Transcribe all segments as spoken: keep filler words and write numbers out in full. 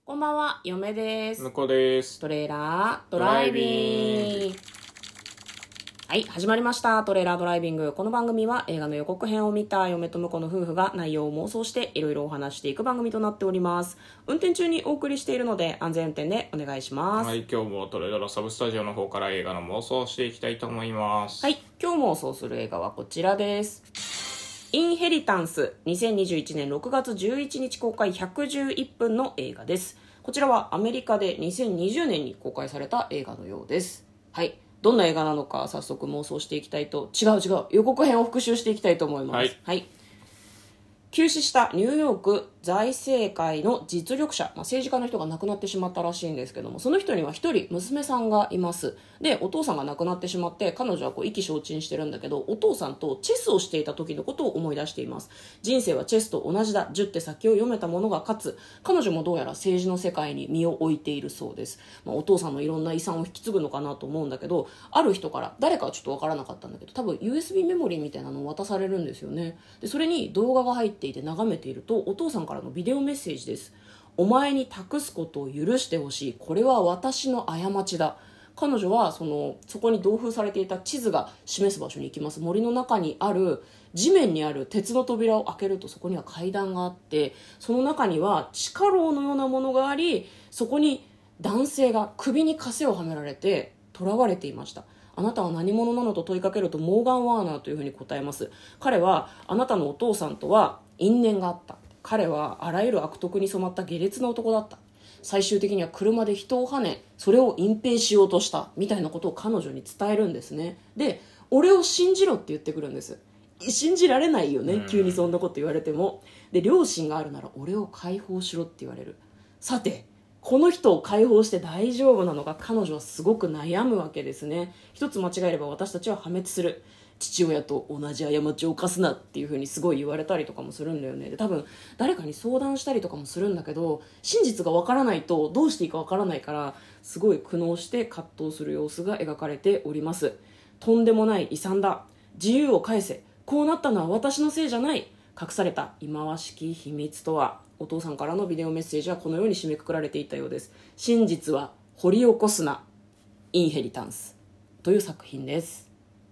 こんばんは、嫁です。 向こうです。 トレーラードライビング。はい、始まりました。トレーラードライビング。この番組は映画の予告編を見た嫁と婿の夫婦が内容を妄想していろいろお話していく番組となっております。運転中にお送りしているので安全運転でお願いします。 はい、今日もトレドラサブスタジオの方から映画の妄想をしていきたいと思います。 はい、今日妄想する映画はこちらです。インヘリタンス、にせんにじゅういちねんろくがつじゅういちにち公開ひゃくじゅういっぷんの映画です。こちらはアメリカでにせんにじゅうねんに公開された映画のようです。はい。どんな映画なのか早速妄想していきたいと、違う違う、予告編を復習していきたいと思います。 はい。 はい。急死したニューヨーク財政界の実力者、まあ、政治家の人が亡くなってしまったらしいんですけども、その人には一人娘さんがいます。で、お父さんが亡くなってしまって、彼女はこう意気消沈してるんだけど、お父さんとチェスをしていた時のことを思い出しています。人生はチェスと同じだ、じゅって先を読めた者が勝つ。彼女もどうやら政治の世界に身を置いているそうです。まあ、お父さんのいろんな遺産を引き継ぐのかなと思うんだけど、ある人から誰かはちょっとわからなかったんだけど、多分 ユーエスビー メモリーみたいなのを渡されるんですよね。で、それに動画が入っていて眺めていると、お父さんからのビデオメッセージです。お前に託すことを許してほしい。これは私の過ちだ。彼女はそのそこに同封されていた地図が示す場所に行きます。森の中にある地面にある鉄の扉を開けると、そこには階段があって、その中には地下牢のようなものがあり、そこに男性が首に枷をはめられて囚われていました。あなたは何者なのと問いかけると、モーガン・ワーナーというふうに答えます。彼は、あなたのお父さんとは因縁があった。彼はあらゆる悪徳に染まった下劣な男だった。最終的には車で人をはね、それを隠蔽しようとしたみたいなことを彼女に伝えるんですね。で、俺を信じろって言ってくるんです。信じられないよね、急にそんなこと言われても。で、良心があるなら俺を解放しろって言われる。さて、この人を解放して大丈夫なのか、彼女はすごく悩むわけですね。一つ間違えれば私たちは破滅する。父親と同じ過ちを犯すなっていう風にすごい言われたりとかもするんだよね。で、多分誰かに相談したりとかもするんだけど、真実がわからないとどうしていいかわからないから、すごい苦悩して葛藤する様子が描かれております。とんでもない遺産だ、自由を返せ、こうなったのは私のせいじゃない、隠された忌まわしき秘密とは。お父さんからのビデオメッセージはこのように締めくくられていたようです。真実は掘り起こすな、インヘリタンスという作品です。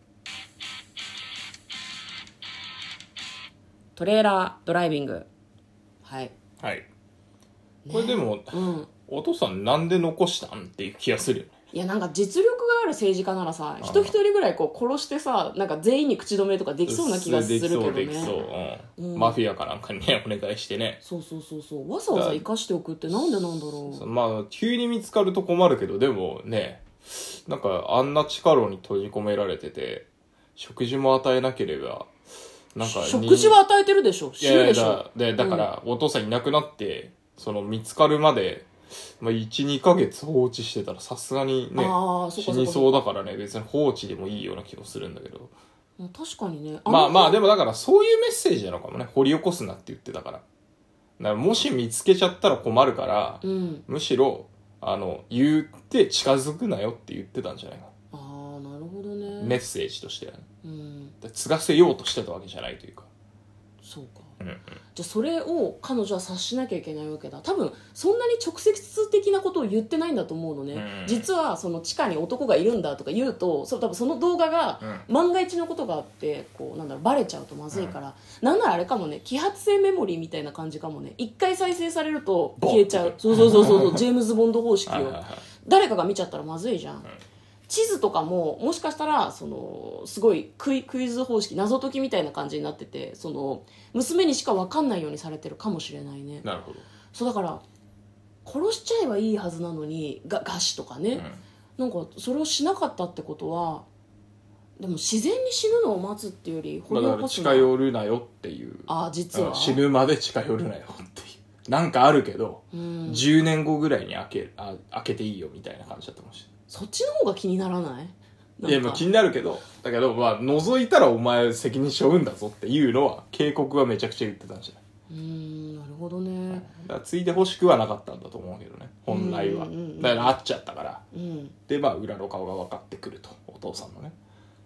トレーラードライビング。はい。 はい。これでも、 うん、 お父さんなんで残したんっていう気がするよね。 いや、なんか実力がある政治家ならさ、人一人ぐらいこう殺してさ、なんか全員に口止めとかできそうな気がするけどね。 できそう、できそう。うんうん、マフィアかなんかにね、お願いしてね。 そうそうそうそう。わざわざ生かしておくってなんでなんだろう。 まあ、急に見つかると困るけど、でもね、なんかあんな地下牢に閉じ込められてて、食事も与えなければ、なんか食事は与えてるでしょ、死ぬでしょ。 いやいやだでだから、うん、お父さんいなくなってその見つかるまで、まあ、いち、にかげつ放置してたらさすがにね死にそうだからね、別に放置でもいいような気もするんだけど、 確かにね。 まあまあでもだからそういうメッセージなのかもね。掘り起こすなって言ってたから、だからもし見つけちゃったら困るから、 うん、 むしろあの言って近づくなよって言ってたんじゃないか。 ああ、なるほどね。 メッセージとしてはね、 うん、 継がせようとしてたわけじゃないというか。 そうか、 うんうん、 じゃあそれを彼女は察しなきゃいけないわけだ。多分そんなに直接的なことを言ってないんだと思うのね、うん、実はその地下に男がいるんだとか言うと、そ多分その動画が万が一のことがあってこうなんだろうバレちゃうとまずいから、うん、なんならあれかもね、揮発性メモリーみたいな感じかもね。一回再生されると消えちゃう。そうそうそうそうジェームズ・ボンド方式を誰かが見ちゃったらまずいじゃん、うん、地図とかももしかしたらそのすごいクイ、クイズ方式、謎解きみたいな感じになってて、その娘にしか分かんないようにされてるかもしれないね。 なるほど。 そうだから殺しちゃえばいいはずなのにが餓死とかね、うん、なんかそれをしなかったってことは、でも自然に死ぬのを待つっていうより掘り起こすな、 近寄るなよっていう。 あ実は死ぬまで近寄るなよっていう、なんかあるけど、うん、じゅうねんごぐらいに開けあ開けていいよみたいな感じだったかもしれない。 そっちの方が気にならない？ いや、まあ気になるけど、だけど、まあ、覗いたらお前責任背負うんだぞっていうのは、警告はめちゃくちゃ言ってたんじゃない？ うーん、なるほどね。 だから、ついてほしくはなかったんだと思うけどね、本来は。だから、会っちゃったから。うん、で、まあ、裏の顔が分かってくると、お父さんのね。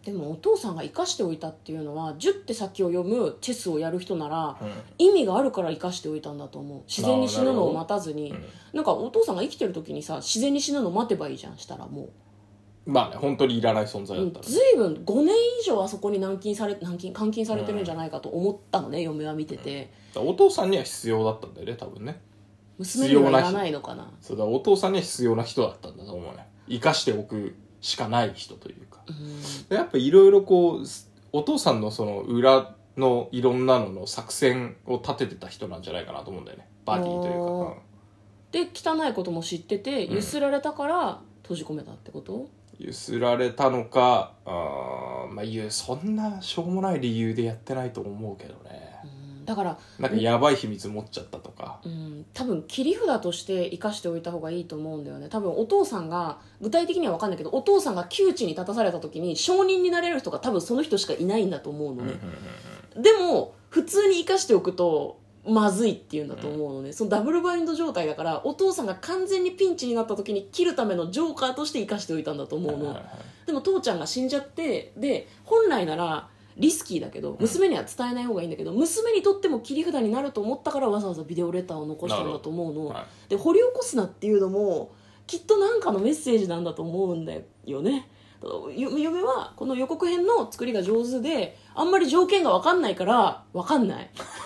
でもお父さんが生かしておいたっていうのはじゅって先を読むチェスをやる人なら、 うん、 意味があるから生かしておいたんだと思う。自然に死ぬのを待たずに、うん、なんかお父さんが生きてる時にさ自然に死ぬの待てばいいじゃん。したらもうまあね本当にいらない存在だったら、 ずいぶんごねん以上あそこに軟禁され軟禁監禁されてるんじゃないかと思ったのね、うん、嫁は見てて、 うん、お父さんには必要だったんだよね多分ね。 娘にはいらないのかな。 そうだお父さんには必要な人だったんだと思うね。生かしておくしかない人というか、うん、やっぱいろいろこうお父さんのその裏のいろんなのの作戦を立ててた人なんじゃないかなと思うんだよね。バディというか、うん、 で汚いことも知っててゆすられたから閉じ込めたってこと、うん、 ゆすられたのか、あまあいうそんなしょうもない理由でやってないと思うけどね、 うん、だからなんかやばい秘密持っちゃったとか、 うん、多分切り札として生かしておいた方がいいと思うんだよね。多分お父さんが具体的には分かんないけどお父さんが窮地に立たされた時に証人になれる人が多分その人しかいないんだと思うのね、でも普通に生かしておくとまずいっていうんだと思うのね、うん、そのダブルバインド状態だからお父さんが完全にピンチになった時に切るためのジョーカーとして生かしておいたんだと思うの、はいはいはい、でも父ちゃんが死んじゃってで本来ならリスキーだけど娘には伝えない方がいいんだけど、うん、娘にとっても切り札になると思ったからわざわざビデオレターを残したんだと思うの、はい、で掘り起こすなっていうのもきっと何かのメッセージなんだと思うんだよね。嫁はこの予告編の作りが上手であんまり条件が分かんないから分かんない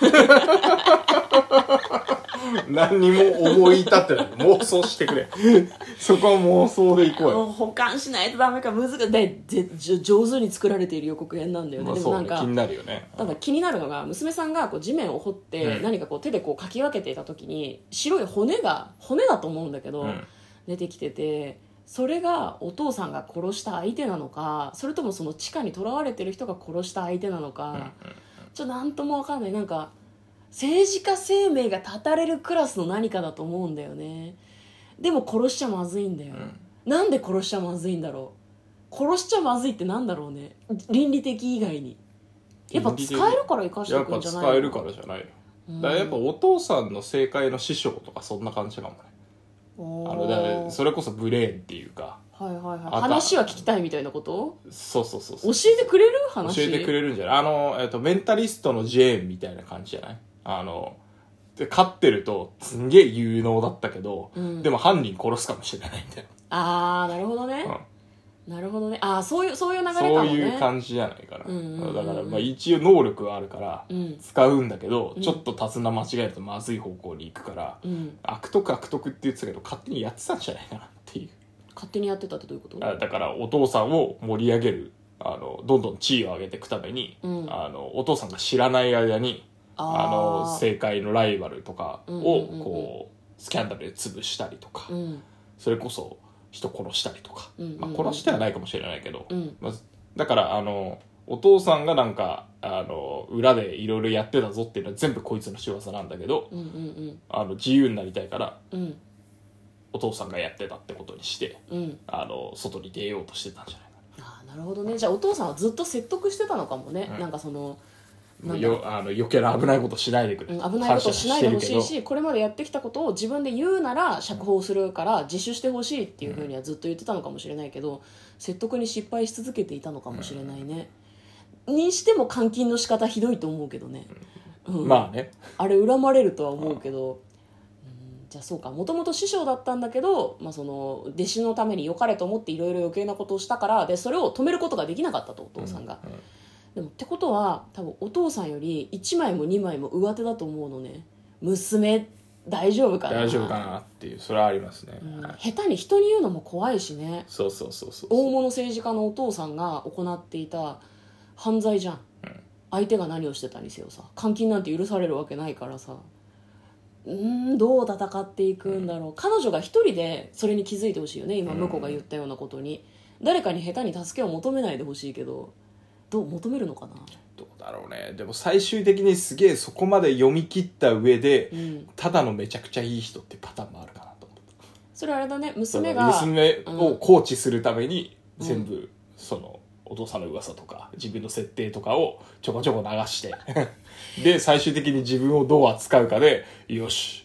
何にも思い立ってない妄想してくれそこは妄想でいこうよ。 保管しないとダメか難しいで上手に作られている予告編なんだよね、 まあ、 でもなんかそうね、気になるよね。 ただ気になるのが娘さんがこう地面を掘って何かこう手でこうかき分けていた時に白い骨が骨だと思うんだけど、うん、出てきててそれがお父さんが殺した相手なのかそれともその地下に囚われてる人が殺した相手なのか、うんうんうん、ちょっと何とも分かんない。なんか政治家生命が絶たれるクラスの何かだと思うんだよね。でも殺しちゃまずいんだよ、うん、なんで殺しちゃまずいんだろう。殺しちゃまずいってなんだろうね。倫理的以外にやっぱ使えるから生かしておくんじゃないの。 やっぱ使えるからじゃないよ、うん、だからやっぱお父さんの政界の師匠とかそんな感じかもね。あのだからそれこそブレーンっていうか、 はいはいはい、話は聞きたいみたいなこと。 そうそうそうそう、 教えてくれる話教えてくれるんじゃない。あの、えっと、メンタリストのジェーンみたいな感じじゃない。あので勝ってるとすんげえ有能だったけど、うん、でも犯人殺すかもしれないみたいな。 ああなるほどね、うん、なるほどね。ああそういうそういう流れかもね。 そういう感じじゃないかな、うんうんうんうん、だからまあ一応能力はあるから使うんだけど、うん、ちょっと手綱間違えるとまずい方向に行くから、うん、悪徳悪徳って言ってたけど勝手にやってたんじゃないかなっていう。 勝手にやってたってどういうこと。 あだからお父さんを盛り上げる、あのどんどん地位を上げていくために、うん、あのお父さんが知らない間にあの政界のライバルとかをこう、うんうんうん、スキャンダルで潰したりとか、うん、それこそ人殺したりとか、うんうんうんまあ、殺してはないかもしれないけど、うんまあ、だからあのお父さんがなんかあの裏でいろいろやってたぞっていうのは全部こいつの仕業なんだけど、うんうんうん、あの自由になりたいから、うん、お父さんがやってたってことにして、うん、あの外に出ようとしてたんじゃないかな。 あなるほどね。じゃあお父さんはずっと説得してたのかもね、うん、なんかそのよあの余計な危ないことしないでくれ、 うん、危ないことしないでほしいしこれまでやってきたことを自分で言うなら釈放するから自首してほしいっていうふうにはずっと言ってたのかもしれないけど、説得に失敗し続けていたのかもしれないね、うん、にしても監禁の仕方ひどいと思うけどね、 うんうん、まあねあれ恨まれるとは思うけど、うん、じゃあそうかもともと師匠だったんだけど、まあ、その弟子のために良かれと思っていろいろ余計なことをしたからでそれを止めることができなかったとお父さんが、うんうんでもってことは多分お父さんよりいちまいもにまいも上手だと思うのね。娘大丈夫かな大丈夫かなっていうそれはありますね、 うんはい、下手に人に言うのも怖いしね。 そうそうそうそう大物政治家のお父さんが行っていた犯罪じゃん、うん、相手が何をしてたにせよさ監禁なんて許されるわけないからさうーんどう戦っていくんだろう、うん、彼女が一人でそれに気づいてほしいよね今向こうが言ったようなことに、うん、誰かに下手に助けを求めないでほしいけどどう求めるのかな。 どうだろうね。でも最終的にすげえそこまで読み切った上で、うん、ただのめちゃくちゃいい人ってパターンもあるかなと思った。 それあれだね娘が娘をコーチするために、うん、全部そのお父さんの噂とか自分の設定とかをちょこちょこ流してで最終的に自分をどう扱うかでよし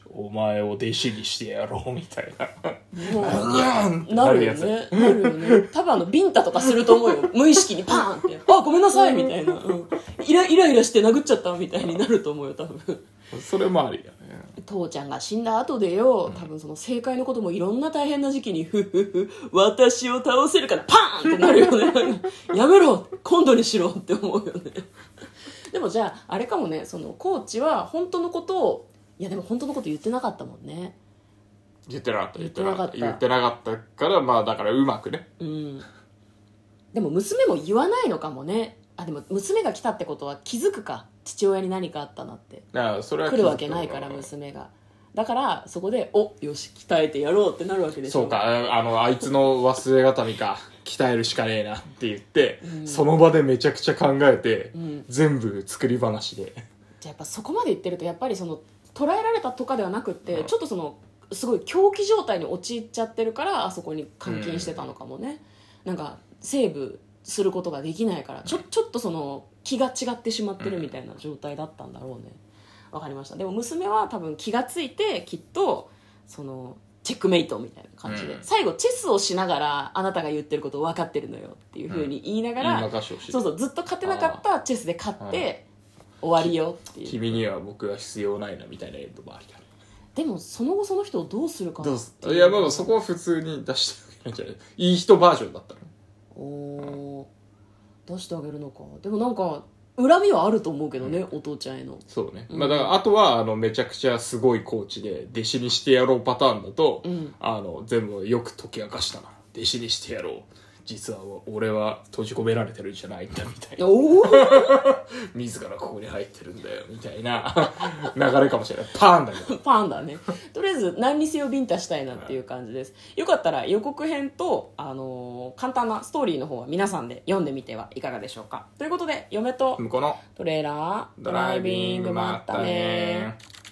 お前を弟子にしてやろうみたいなもうにゃーんってなるよなるやつねなるよね多分あのビンタとかすると思うよ無意識にパーンってあごめんなさいみたいな、うん、イライライラして殴っちゃったみたいになると思うよ多分それもありだね。 父ちゃんが死んだ後でよ多分その政界のこともいろんな大変な時期にふふふ私を倒せるからパーンってなるよねやめろ今度にしろって思うよねでもじゃああれかもねそのコーチは本当のことをいやでも本当のこと言ってなかったもんね。 言ってなかった言ってなかった言ってなかったからまあだからうまくね、 うん、でも娘も言わないのかもね。あでも娘が来たってことは気づくか父親に何かあったなってああそれは来るわけないから娘がだからそこでおよし鍛えてやろうってなるわけでしょ。 そうかあのあいつの忘れがたみか鍛えるしかねえなって言って、 うん、 その場でめちゃくちゃ考えて、 うん、 全部作り話でじゃあやっぱそこまで言ってるとやっぱりその捉えられたとかではなくって、 うん、 ちょっとそのすごい狂気状態に陥っちゃってるからあそこに監禁してたのかもね、うん、なんかセーブすることができないからちょ、ちょっとその気が違ってしまってるみたいな状態だったんだろうね。わかりました。でも娘は多分気がついてきっとそのチェックメイトみたいな感じで、うん、最後チェスをしながらあなたが言ってること分かってるのよっていう風に言いながら、うん、そうそうずっと勝てなかったチェスで勝って終わりよっていう。 君には僕は必要ないなみたいなエンドもありだね。 でもその後その人をどうするかなっていう。 いやまあそこは普通に出してあげるんじゃない。いい人バージョンだったの。 おー、出してあげるのか。でもなんか恨みはあると思うけどね、うん、お父ちゃんへの。 そうね、 うん、 まあ、だからあとはあのめちゃくちゃすごいコーチで弟子にしてやろうパターンだと、うん、あの全部よく解き明かしたな弟子にしてやろう実は俺は閉じ込められてるんじゃないんだみたいなお自らここに入ってるんだよみたいな流れかもしれない。パーンだけどパーンだね。とりあえず何にせよビンタしたいなっていう感じです。よかったら予告編と、あのー、簡単なストーリーの方は皆さんで読んでみてはいかがでしょうか。ということで嫁と向こうのトレーラードライビングまったね。